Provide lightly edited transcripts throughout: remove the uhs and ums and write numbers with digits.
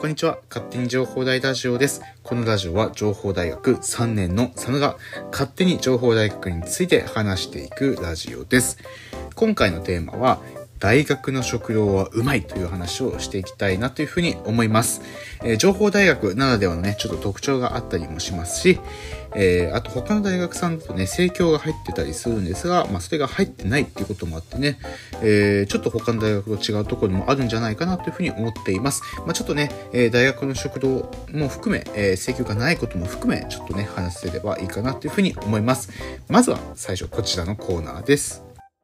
こんにちは。勝手に情報大ラジオです。このラジオは情報大学3年の佐野が勝手に情報大学について話していくラジオです。今回のテーマは大学の食堂はうまいという話をしていきたいなというふうに思います。情報大学ならではのね、ちょっと特徴があったりもしますし、あと他の大学さんだとね、生協が入ってたりするんですが、それが入ってないっていうこともあってね、ちょっと他の大学と違うところもあるんじゃないかなというふうに思っています。ちょっとね、大学の食堂も含め、生協がないことも含め、ちょっとね、話せればいいかなというふうに思います。まずは最初こちらのコーナーです。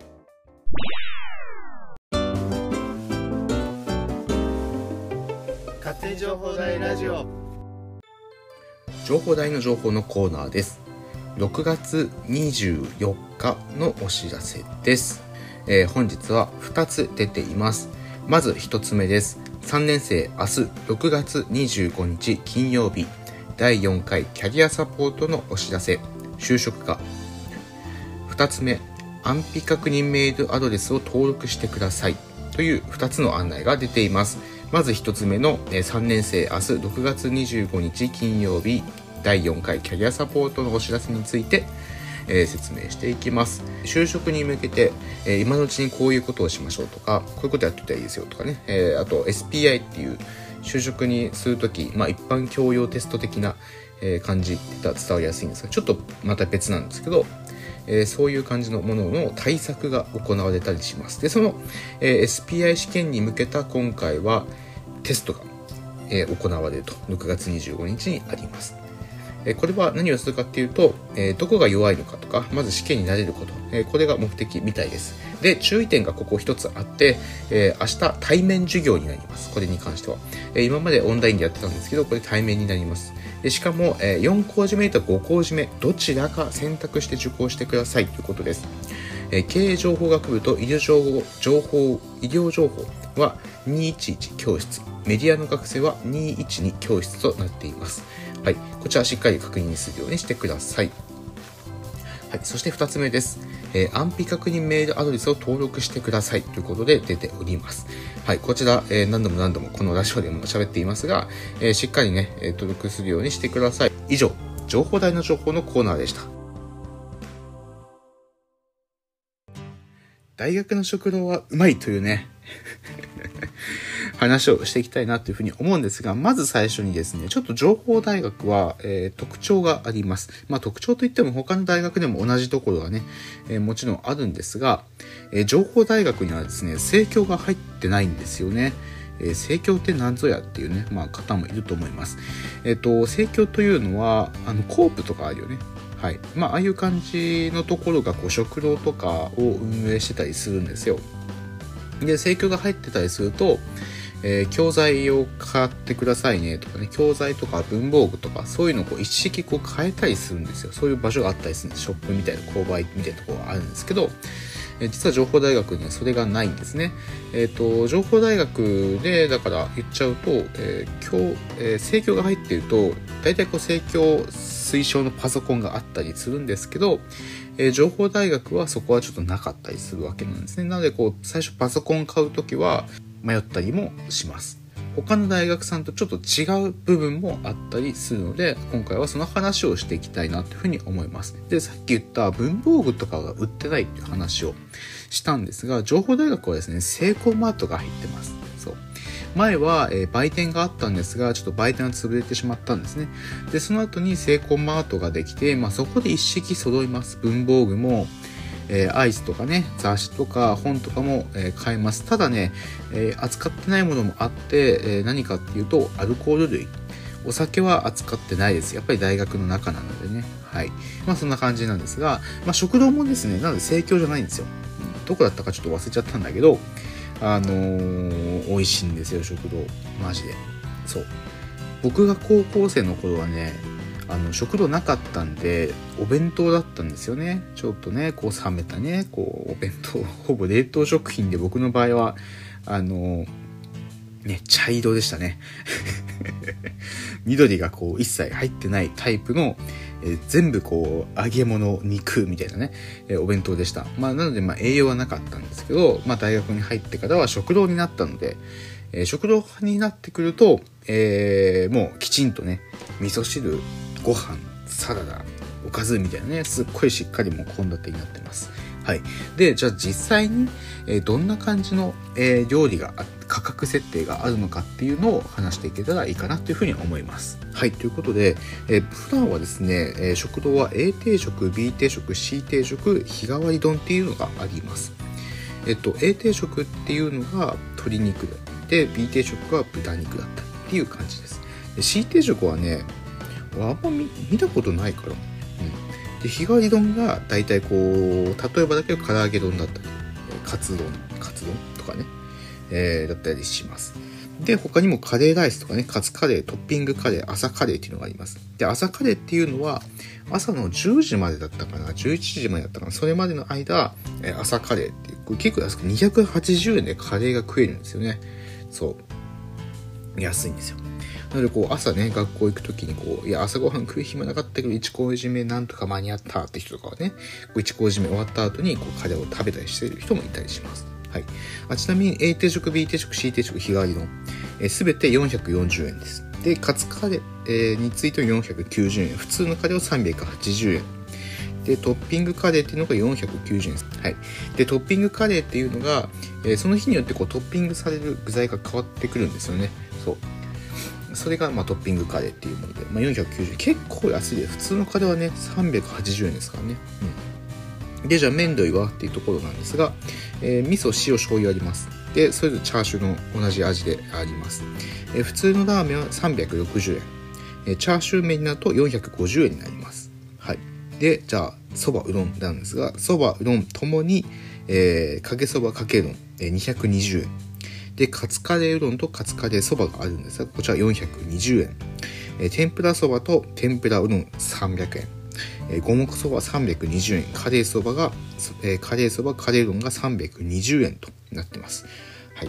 勝手に情報大ラジオ。 情報大の情報のコーナーです。6月24日のお知らせです。本日は2つ出ています。まず1つ目です。3年生明日6月25日金曜日第4回キャリアサポートのお知らせ、就職課。2つ目、安否確認メールアドレスを登録してくださいという2つの案内が出ています。まず1つ目の3年生明日6月25日金曜日第4回キャリアサポートのお知らせについて、説明していきます。就職に向けて、今のうちにこういうことをしましょうとか、こういうことやっておいたらいいですよとかね、あと SPI っていう就職にするとき、一般教養テスト的な、感じが伝わりやすいんですが、ちょっとまた別なんですけど、そういう感じのものの対策が行われたりします。で、その、SPI 試験に向けた今回はテストが、行われると6月25日にあります。これは何をするかっていうと、どこが弱いのかとか、まず試験に慣れること、これが目的みたいです。で、注意点がここ一つあって、明日対面授業になります。これに関しては。今までオンラインでやってたんですけど、これ対面になります。でしかも、4校締めと5校締め、どちらか選択して受講してくださいということです。経営情報学部と医療情報は211教室、メディアの学生は212教室となっています。はい、こちらしっかり確認するようにしてください。はい、そして2つ目です。安否確認メールアドレスを登録してくださいということで出ております。はい、こちら、何度もこのラジオでも喋っていますが、しっかりね、登録するようにしてください。以上、情報大の情報のコーナーでした。大学の食堂はうまいというね話をしていきたいなというふうに思うんですが、まず最初にですね、ちょっと情報大学は、特徴があります。特徴といっても他の大学でも同じところがね、もちろんあるんですが、情報大学にはですね、生協が入ってないんですよね。生協って何ぞやっていうね、方もいると思います。生協というのはコープとかあるよね。はい。ああいう感じのところが食堂とかを運営してたりするんですよ。で、生協が入ってたりすると、教材を買ってくださいねとかね、教材とか文房具とかそういうのを一式変えたりするんですよ。そういう場所があったりするんです。ショップみたいな購買みたいなところがあるんですけど、実は情報大学にはそれがないんですね。情報大学でだから言っちゃうと、生協が入っていると大体生協推奨のパソコンがあったりするんですけど、情報大学はそこはちょっとなかったりするわけなんですね。なので最初パソコン買うときは迷ったりもします。他の大学さんとちょっと違う部分もあったりするので、今回はその話をしていきたいなというふうに思います。で、さっき言った文房具とかが売ってないっていう話をしたんですが、情報大学はですね、セイコーマートが入ってます。そう。前は、売店があったんですが、ちょっと売店が潰れてしまったんですね。で、その後にセイコーマートができて、そこで一式揃います。文房具も、アイスとかね、雑誌とか本とかも、買えます。ただね、扱ってないものもあって、何かっていうとアルコール類、お酒は扱ってないです。やっぱり大学の中なのでね。はい。そんな感じなんですが、食堂もですね、なので生協じゃないんですよ。どこだったかちょっと忘れちゃったんだけど、美味しいんですよ、食堂。マジで。そう。僕が高校生の頃はね、食堂なかったんでお弁当だったんですよね。ちょっとね冷めたねお弁当、ほぼ冷凍食品で、僕の場合は茶色でしたね緑が一切入ってないタイプの、全部揚げ物肉みたいなね、お弁当でした。なので栄養はなかったんですけど、大学に入ってからは食堂になったので、食堂になってくるともうきちんとね、味噌汁、ご飯、サラダ、おかずみたいなね、すっごいしっかりもう献立になってます。はい。で、じゃあ実際に、どんな感じの、料理が価格設定があるのかっていうのを話していけたらいいかなというふうに思います。はい。ということで、普段はですね、食堂は A 定食、B 定食、C 定食、日替わり丼っていうのがあります。A 定食っていうのが鶏肉で、B 定食は豚肉だったりっていう感じです。で C 定食はね、あんま見たことないから。で日替わり丼が大体こう、例えばだけど唐揚げ丼だったり、カツ丼とかね、だったりします。で、他にもカレーライスとかね、カツカレー、トッピングカレー、朝カレーっていうのがあります。で、朝カレーっていうのは、朝の10時までだったかな、11時までだったかな、それまでの間、朝カレーっていう、これ結構安く280円でカレーが食えるんですよね。そう。安いんですよ。なのでこう朝ね、学校行くときにこう、いや朝ごはん食う暇なかったけど1個締めなんとか間に合ったって人とかはね、1個締め終わった後にこうカレーを食べたりしている人もいたりします。はい。ちなみに A 定食、B 定食、C 定食、日替わり丼、すべて440円です。で、カツカレー、については490円、普通のカレーは380円。で、トッピングカレーっていうのが490円です。はい。で、トッピングカレーっていうのが、その日によってこうトッピングされる具材が変わってくるんですよね。そう。それがトッピングカレーっていうもので、490円。結構安いで、普通のカレーはね、380円ですからね。で、じゃあ麺類はっていうところなんですが、味噌、塩、醤油あります。で、それぞれチャーシューの同じ味であります。普通のラーメンは360円。チャーシュー麺になると450円になります。はい。で、じゃあ、そば、うどんなんですが、そば、うどんともに、かけそば、かけうどん、220円。で、カツカレーうどんとカツカレーそばがあるんですが、こちら420円。天ぷらそばと天ぷらうどん300円。五目そば320円。カレーそば、カレーうどんが320円となってます。はい。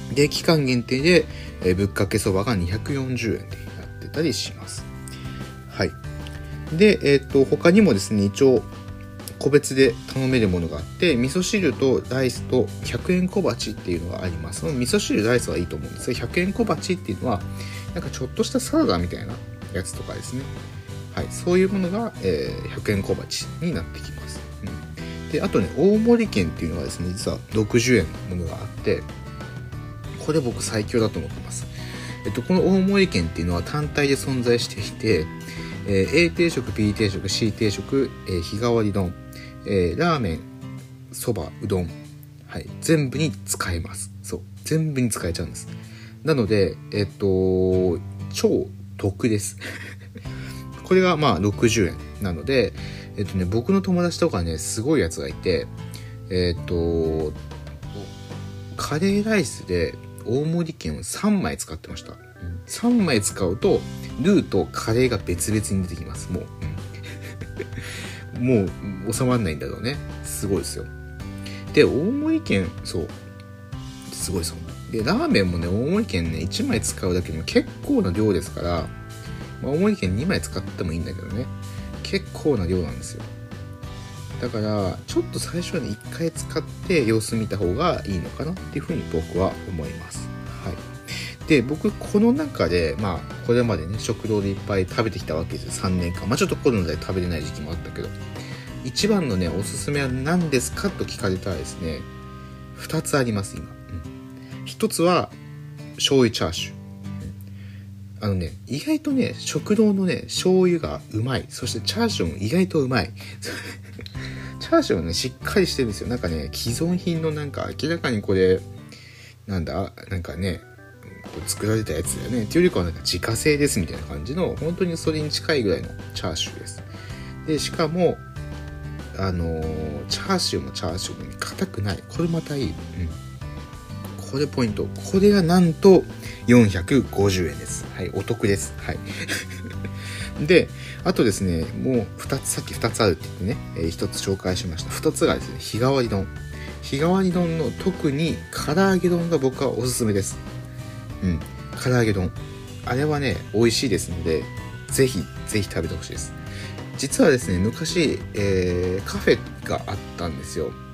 で、期間限定で、ぶっかけそばが240円でなってたりします。はい。で、他にもですね、一応、個別で頼めるものがあって、味噌汁とライスと100円小鉢っていうのがあります。その味噌汁ライスはいいと思うんですが、100円小鉢っていうのはなんかちょっとしたサラダみたいなやつとかですね。はい、そういうものが、100円小鉢になってきます。で、あとね、大盛り券っていうのはですね、実は60円のものがあって、これ僕最強だと思ってます。この大盛り券っていうのは単体で存在していて、A 定食、B 定食、C 定食、日替わり丼、ラーメン、そば、うどん、はい、全部に使えます。そう、全部に使えちゃうんです。なので、超得です。これが60円なので、僕の友達とかね、すごいやつがいて、カレーライスで大盛り券を3枚使ってました。3枚使うと、ルーとカレーが別々に出てきます。もう。もう収まんないんだろうね。すごいですよ。で、大盛り券、そう。すごいそう。で、ラーメンもね、大盛り券ね、1枚使うだけでも結構な量ですから、大盛り券2枚使ってもいいんだけどね。結構な量なんですよ。だから、ちょっと最初はね、1回使って様子見た方がいいのかなっていうふうに僕は思います。はい。で、僕、この中で、これまでね、食堂でいっぱい食べてきたわけですよ、3年間。ちょっとコロナで食べれない時期もあったけど、一番のね、おすすめは何ですかと聞かれたらですね、2つあります、今。1つは、醤油チャーシュー。意外とね、食堂のね、醤油がうまい。そしてチャーシューも意外とうまい。チャーシューはね、しっかりしてるんですよ。なんかね、既存品のなんか明らかにこれ、なんかね、作られたやつだよね。っていうよりかはなんか自家製ですみたいな感じの、本当にそれに近いぐらいのチャーシューです。で、しかも、チャーシューもチャーシューも硬くない。これまたいい。これポイント。これがなんと450円です。はい、お得です。はい。で、あとですね、もうさっき2つあるって言ってね、1つ紹介しました。2つがですね、日替わり丼。日替わり丼の特に唐揚げ丼が僕はおすすめです。唐揚げ丼。あれはね、美味しいですので、ぜひ食べてほしいです。実はですね、昔、カフェがあったんですよ。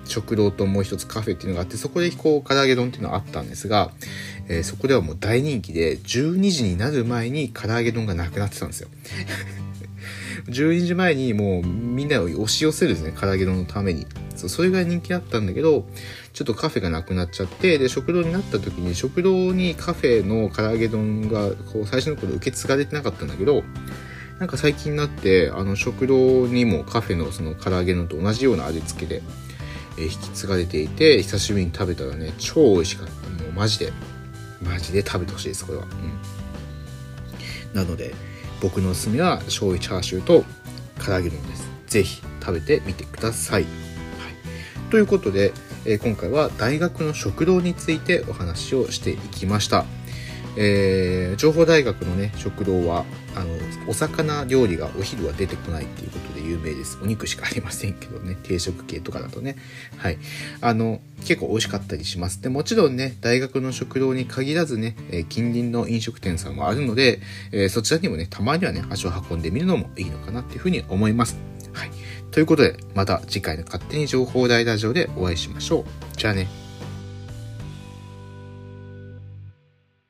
食堂ともう一つカフェっていうのがあって、そこで唐揚げ丼っていうのがあったんですが、そこではもう大人気で、12時になる前に唐揚げ丼がなくなってたんですよ。12時前にもうみんなを押し寄せるですね、唐揚げ丼のために。それぐらい人気だったんだけど、ちょっとカフェがなくなっちゃって、で、食堂になった時に、食堂にカフェの唐揚げ丼が、最初の頃受け継がれてなかったんだけど、なんか最近になって、食堂にもカフェのその唐揚げ丼と同じような味付けで、引き継がれていて、久しぶりに食べたらね、超美味しかった。もうマジで食べてほしいです、これは。なので、僕のおすすめは醤油チャーシューと唐揚げ丼です。ぜひ食べてみてください。ということで、今回は大学の食堂についてお話をしていきました。情報大学のね、食堂はお魚料理がお昼は出てこないっていうことで有名です。お肉しかありませんけどね、定食系とかだとね、はい、結構美味しかったりします。でもちろんね、大学の食堂に限らずね、近隣の飲食店さんもあるので、そちらにもね、たまにはね、足を運んでみるのもいいのかなっていうふうに思います。はい、ということで、また次回の勝手に情報大ラジオでお会いしましょう。じゃあね。